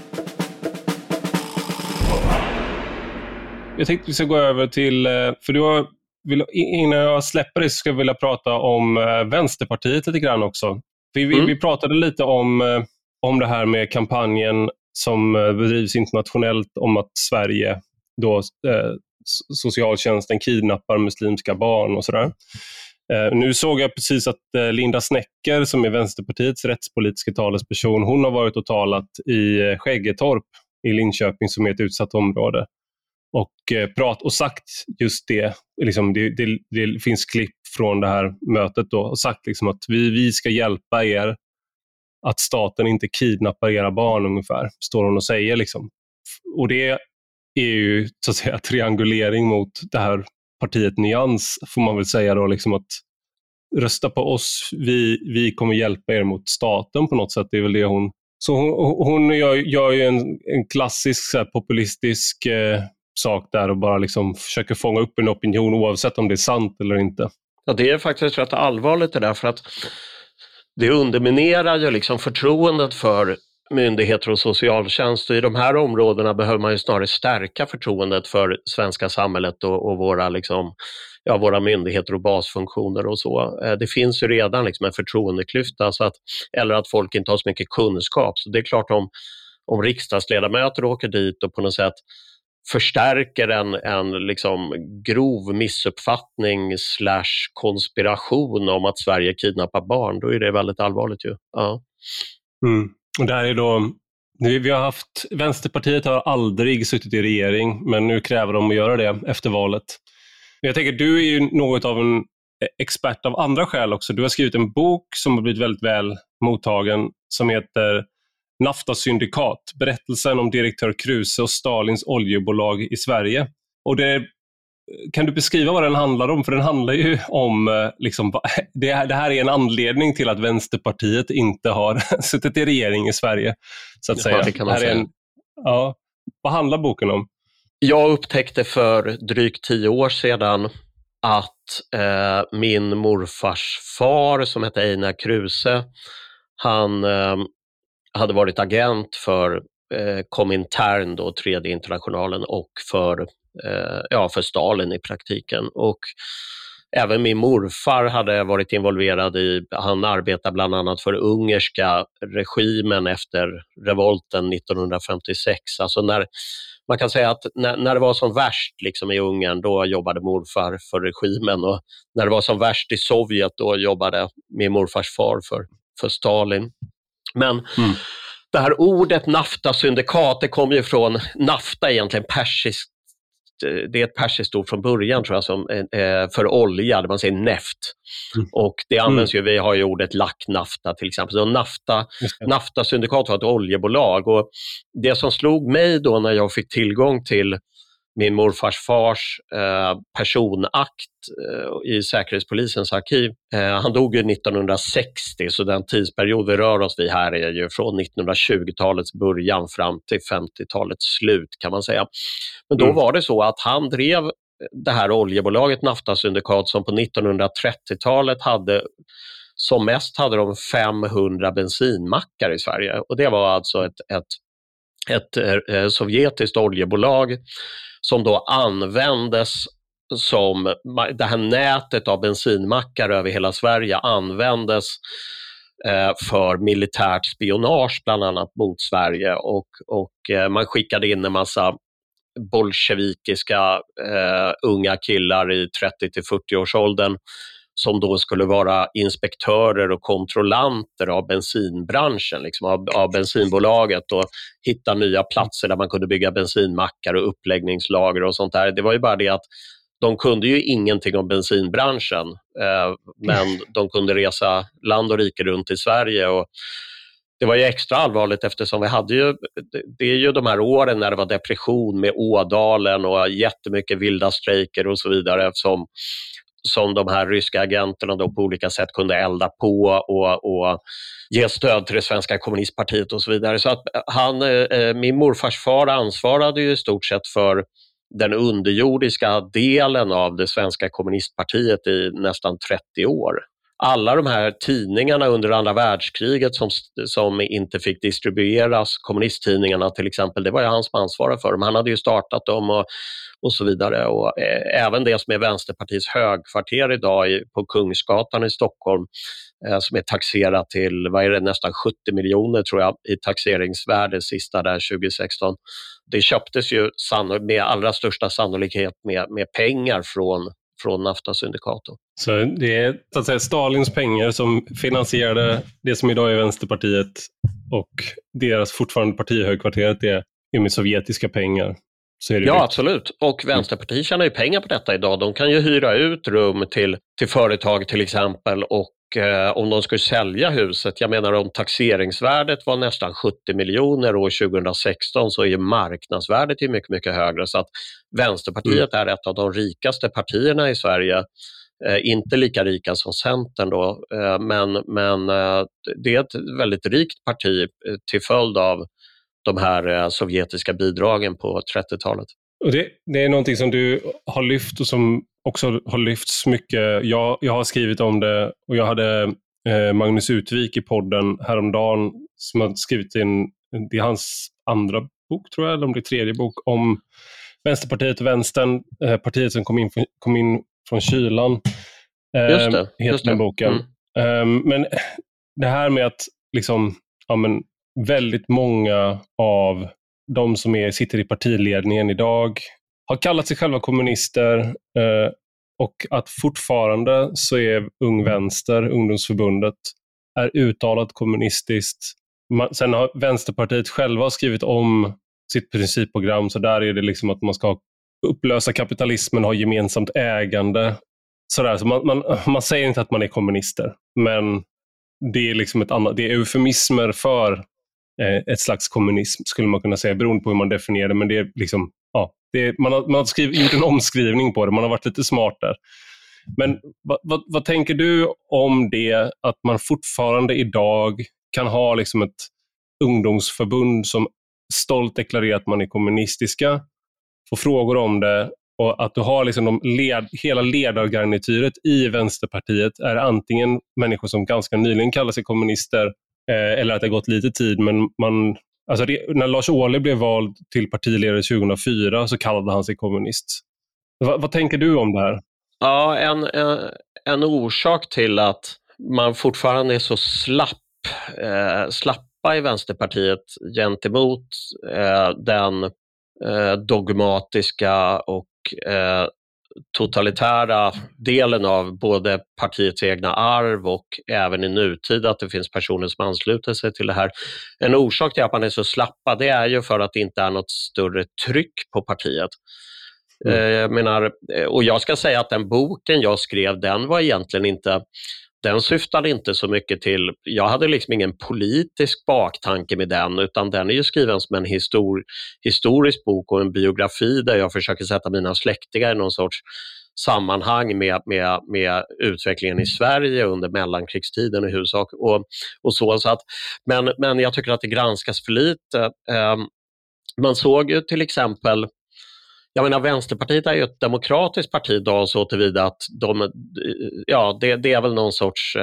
Jag tänkte vi ska gå över till, för innan jag släpper det så ska jag vilja prata om Vänsterpartiet lite grann också. Vi pratade lite om det här med kampanjen som bedrivs internationellt om att Sverige då socialtjänsten kidnappar muslimska barn och sådär. Nu såg jag precis att Linda Snecker, som är Vänsterpartiets rättspolitiska talesperson, hon har varit och talat i Skäggetorp i Linköping som är ett utsatt område och sagt just det, liksom det finns klipp från det här mötet då, och sagt liksom att vi ska hjälpa er att staten inte kidnappar era barn ungefär, står hon och säger liksom. Och det är ju så att säga triangulering mot det här partiet Nyans, får man väl säga då, liksom att rösta på oss, vi kommer hjälpa er mot staten på något sätt, det är väl det hon. Så hon gör ju en klassisk så här, populistisk sak där och bara liksom försöker fånga upp en opinion oavsett om det är sant eller inte. Ja, det är faktiskt rätt allvarligt det där, för att det underminerar ju liksom förtroendet för myndigheter och socialtjänst, och i de här områdena behöver man ju snarare stärka förtroendet för svenska samhället och våra, liksom, våra myndigheter och basfunktioner och så. Det finns ju redan liksom en förtroendeklyfta, eller att folk inte har så mycket kunskap. Så det är klart om riksdagsledamöter åker dit och på något sätt förstärker en liksom grov missuppfattning / konspiration om att Sverige kidnappar barn, då är det väldigt allvarligt ju. Ja. Och där är då, vi har haft, Vänsterpartiet har aldrig suttit i regering, men nu kräver de att göra det efter valet. Jag tänker, du är ju något av en expert av andra skäl också. Du har skrivit en bok som har blivit väldigt väl mottagen som heter Nafta-syndikat, berättelsen om direktör Kruse och Stalins oljebolag i Sverige. Och kan du beskriva vad den handlar om? För den handlar ju om, liksom, det här är en anledning till att Vänsterpartiet inte har suttit i regering i Sverige, så att säga. Det kan man säga. Vad handlar boken om? Jag upptäckte för drygt 10 år sedan att min morfars far, som hette Einar Kruse, han hade varit agent för Komintern, då, Tredje internationalen, och för Stalin i praktiken. Och även min morfar hade varit involverad han arbetade bland annat för ungerska regimen efter revolten 1956. Alltså man kan säga att när det var som värst liksom i Ungern, då jobbade morfar för regimen, och när det var som värst i Sovjet, då jobbade min morfars far för Stalin. Men det här ordet NAFTA-syndikat, det kommer ju från NAFTA, egentligen persiskt. Det är ett persiskt ord från början, tror jag, som för olja, där man säger neft. Och det används ju, vi har ju ordet lack-nafta till exempel. Så NAFTA-syndikat var ett oljebolag, och det som slog mig då när jag fick tillgång till min morfars fars personakt i Säkerhetspolisens arkiv. Han dog ju 1960, så den tidsperiod vi rör oss vid här är ju från 1920-talets början fram till 50-talets slut, kan man säga. Men då var det så att han drev det här oljebolaget NAFTA-syndikat, som på 1930-talet som mest hade de 500 bensinmackar i Sverige. Och det var alltså ett sovjetiskt oljebolag som då användes som, det här nätet av bensinmackar över hela Sverige användes för militärt spionage, bland annat mot Sverige, och man skickade in en massa bolsjevikiska unga killar i 30-40-årsåldern som då skulle vara inspektörer och kontrollanter av bensinbranschen, liksom av bensinbolaget, och hitta nya platser där man kunde bygga bensinmackar och uppläggningslager och sånt där. Det var ju bara det att de kunde ju ingenting om bensinbranschen, men de kunde resa land och rike runt i Sverige, och det var ju extra allvarligt eftersom det är ju de här åren när det var depression med Ådalen och jättemycket vilda strejker och så vidare, som de här ryska agenterna då på olika sätt kunde elda på och ge stöd till det svenska kommunistpartiet och så vidare. Så att min morfars far ansvarade ju i stort sett för den underjordiska delen av det svenska kommunistpartiet i nästan 30 år. Alla de här tidningarna under andra världskriget som inte fick distribueras, kommunisttidningarna till exempel, det var ju han som ansvarade för dem. Han hade ju startat dem och så vidare. Och även det som är Vänsterpartiets högkvarter idag på Kungsgatan i Stockholm, som är taxerat till, nästan 70 miljoner tror jag i taxeringsvärde sista där 2016. Det köptes ju med allra största sannolikhet med pengar från NAFTA-syndikatet. Så det är så att säga Stalins pengar som finansierade det som idag är Vänsterpartiet, och deras fortfarande partihögkvarteret är med sovjetiska pengar. Så är det absolut. Och Vänsterpartiet tjänar ju pengar på detta idag. De kan ju hyra ut rum till företag till exempel, och om de skulle sälja huset, jag menar om taxeringsvärdet var nästan 70 miljoner år 2016, så är ju marknadsvärdet ju mycket, mycket högre. Så att Vänsterpartiet är ett av de rikaste partierna i Sverige. Inte lika rika som Centern då, men det är ett väldigt rikt parti till följd av de här sovjetiska bidragen på 30-talet. Och det är någonting som du har lyft och som också har lyfts mycket. Jag har skrivit om det, och jag hade Magnus Utvik i podden häromdagen som har skrivit det är hans andra bok tror jag, eller om det är tredje bok, om Vänsterpartiet och Vänstern, partiet som kom in från kylan. Heter den boken. Men det här med att liksom, väldigt många av de som sitter i partiledningen idag har kallat sig själva kommunister, och att fortfarande så är Ung Vänster, ungdomsförbundet, är uttalat kommunistiskt. Sen har Vänsterpartiet själva skrivit om sitt principprogram, så där är det liksom att man ska upplösa kapitalismen och ha gemensamt ägande. Sådär. Så man säger inte att man är kommunister, men det är liksom det är eufemismer för ett slags kommunism, skulle man kunna säga, beroende på hur man definierar det. Men det är liksom, man har gjort en omskrivning på det, man har varit lite smart där. Men vad tänker du om det, att man fortfarande idag kan ha liksom ett ungdomsförbund som stolt deklarerar att man är kommunistiska, får frågor om det, och att du har liksom hela ledargarnityret i Vänsterpartiet är antingen människor som ganska nyligen kallar sig kommunister, eller att det har gått lite tid, men alltså när Lars Ohly blev vald till partiledare 2004 så kallade han sig kommunist. Vad tänker du om det här? Ja, en orsak till att man fortfarande är så slappa i Vänsterpartiet gentemot den dogmatiska och totalitära delen av både partiets egna arv och även i nutid, att det finns personer som ansluter sig till det här. En orsak till att man är så slappa, det är ju för att det inte är något större tryck på partiet. Jag menar, och jag ska säga att den boken jag skrev, den syftade inte så mycket till, jag hade liksom ingen politisk baktanke med den, utan den är ju skriven som en historisk bok och en biografi där jag försöker sätta mina släktingar i någon sorts sammanhang med utvecklingen i Sverige under mellankrigstiden i huvudsak och så att, men jag tycker att det granskas för lite. Man såg ju till exempel, jag menar, Vänsterpartiet är ju ett demokratiskt parti idag, så tillvida att det är väl någon sorts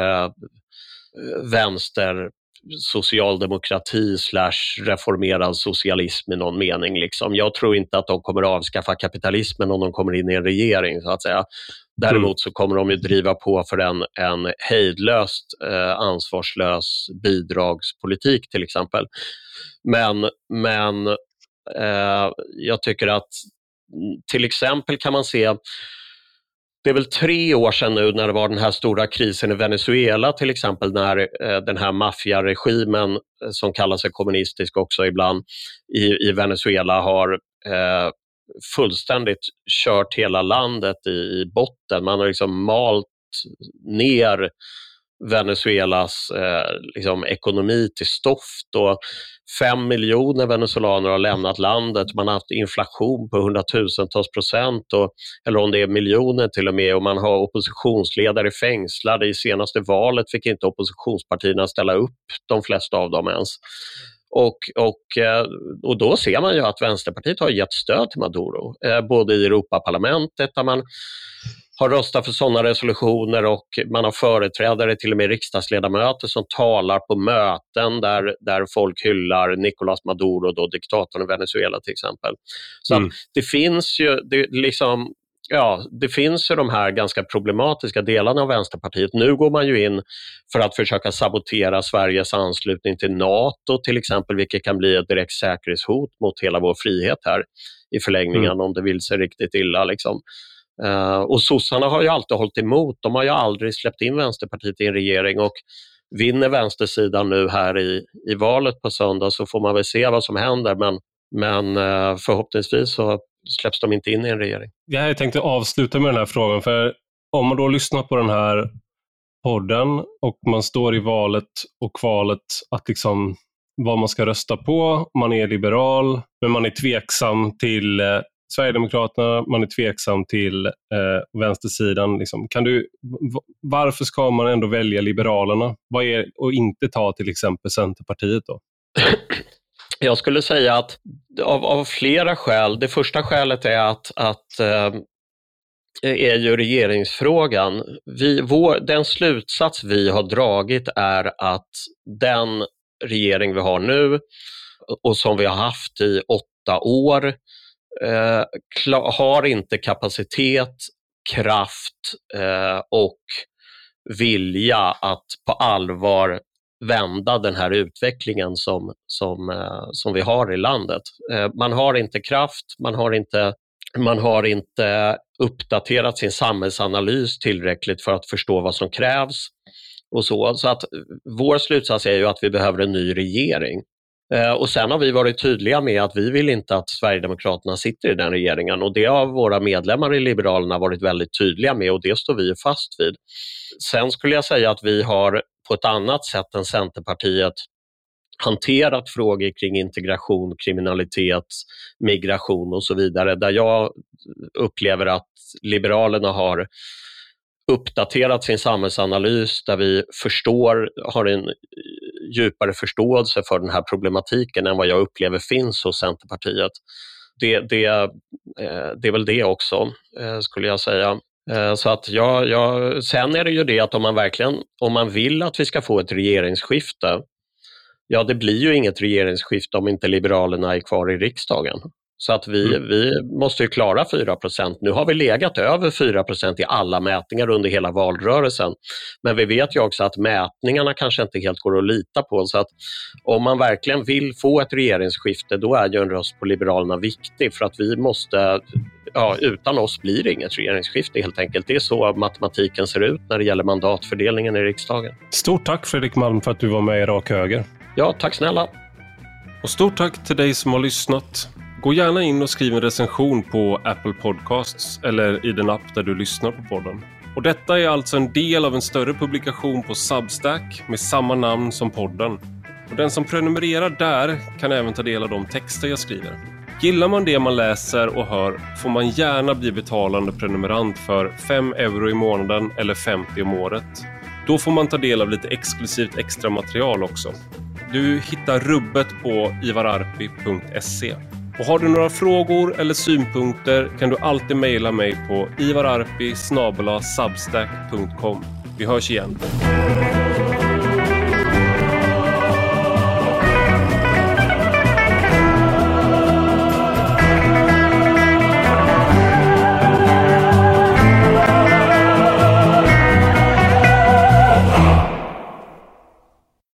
vänster socialdemokrati / reformerad socialism i någon mening. Liksom. Jag tror inte att de kommer att avskaffa kapitalismen om de kommer in i en regering, så att säga. Däremot så kommer de ju driva på för en hejdlöst ansvarslös bidragspolitik till exempel. Men jag tycker att till exempel kan man se, det är väl 3 år sedan nu när det var den här stora krisen i Venezuela till exempel, när den här maffiaregimen som kallar sig kommunistisk också ibland i Venezuela har fullständigt kört hela landet i botten. Man har liksom malt ner Venezuelas liksom ekonomi till stoft, och 5 miljoner venezuelaner har lämnat landet. Man har haft inflation på 100-tusentals %, eller om det är miljoner till och med, och man har oppositionsledare fängslade. I senaste valet fick inte oppositionspartierna ställa upp, de flesta av dem ens. Och då ser man ju att Vänsterpartiet har gett stöd till Maduro, både i Europaparlamentet där man har röstat för sådana resolutioner, och man har företrädare, till och med riksdagsledamöter, som talar på möten där folk hyllar Nicolás Maduro, då diktatorn i Venezuela till exempel. Så att det finns ju det finns ju de här ganska problematiska delarna av Vänsterpartiet. Nu går man ju in för att försöka sabotera Sveriges anslutning till NATO till exempel, vilket kan bli ett direkt säkerhetshot mot hela vår frihet här i förlängningen om det vill sig riktigt illa liksom. Och sossarna har ju alltid hållit emot. De har ju aldrig släppt in Vänsterpartiet i en regering, och vinner vänstersidan nu här i valet på söndag så får man väl se vad som händer, men förhoppningsvis så släpps de inte in i en regering. Jag tänkte avsluta med den här frågan, för om man då lyssnar på den här podden och man står i valet och kvalet att liksom vad man ska rösta på, man är liberal men man är tveksam till Sverigedemokraterna, man är tveksam till vänstersidan. Liksom. Varför ska man ändå välja Liberalerna? Och inte ta till exempel Centerpartiet då? Jag skulle säga att av flera skäl. Det första skälet är att är ju regeringsfrågan. Den slutsats vi har dragit är att den regering vi har nu och som vi har haft i 8 år har inte kapacitet, kraft och vilja att på allvar vända den här utvecklingen som vi har i landet. Man har inte kraft, man har inte uppdaterat sin samhällsanalys tillräckligt för att förstå vad som krävs och så att vår slutsats är ju att vi behöver en ny regering. Och sen har vi varit tydliga med att vi vill inte att Sverigedemokraterna sitter i den regeringen, och det har våra medlemmar i Liberalerna varit väldigt tydliga med, och det står vi fast vid. Sen skulle jag säga att vi har på ett annat sätt än Centerpartiet hanterat frågor kring integration, kriminalitet, migration och så vidare, där jag upplever att Liberalerna har uppdaterat sin samhällsanalys, där vi har en djupare förståelse för den här problematiken än vad jag upplever finns hos Centerpartiet. det är väl det också, skulle jag säga. Så att sen är det ju det att om man vill att vi ska få ett regeringsskifte, ja, det blir ju inget regeringsskifte om inte Liberalerna är kvar i riksdagen. Så att vi måste ju klara 4%. Nu har vi legat över 4% i alla mätningar under hela valrörelsen. Men vi vet ju också att mätningarna kanske inte helt går att lita på. Så att om man verkligen vill få ett regeringsskifte, då är ju en röst på Liberalerna viktig. För att vi måste, utan oss blir det inget regeringsskifte helt enkelt. Det är så matematiken ser ut när det gäller mandatfördelningen i riksdagen. Stort tack Fredrik Malm för att du var med i Rak Höger. Ja, tack snälla. Och stort tack till dig som har lyssnat. Gå gärna in och skriv en recension på Apple Podcasts eller i den app där du lyssnar på podden. Och detta är alltså en del av en större publikation på Substack med samma namn som podden. Och den som prenumererar där kan även ta del av de texter jag skriver. Gillar man det man läser och hör får man gärna bli betalande prenumerant för 5 euro i månaden eller 50 om året. Då får man ta del av lite exklusivt extra material också. Du hittar rubbet på ivararpi.se. Och har du några frågor eller synpunkter kan du alltid mejla mig på ivararpi@substack.com. Vi hörs igen.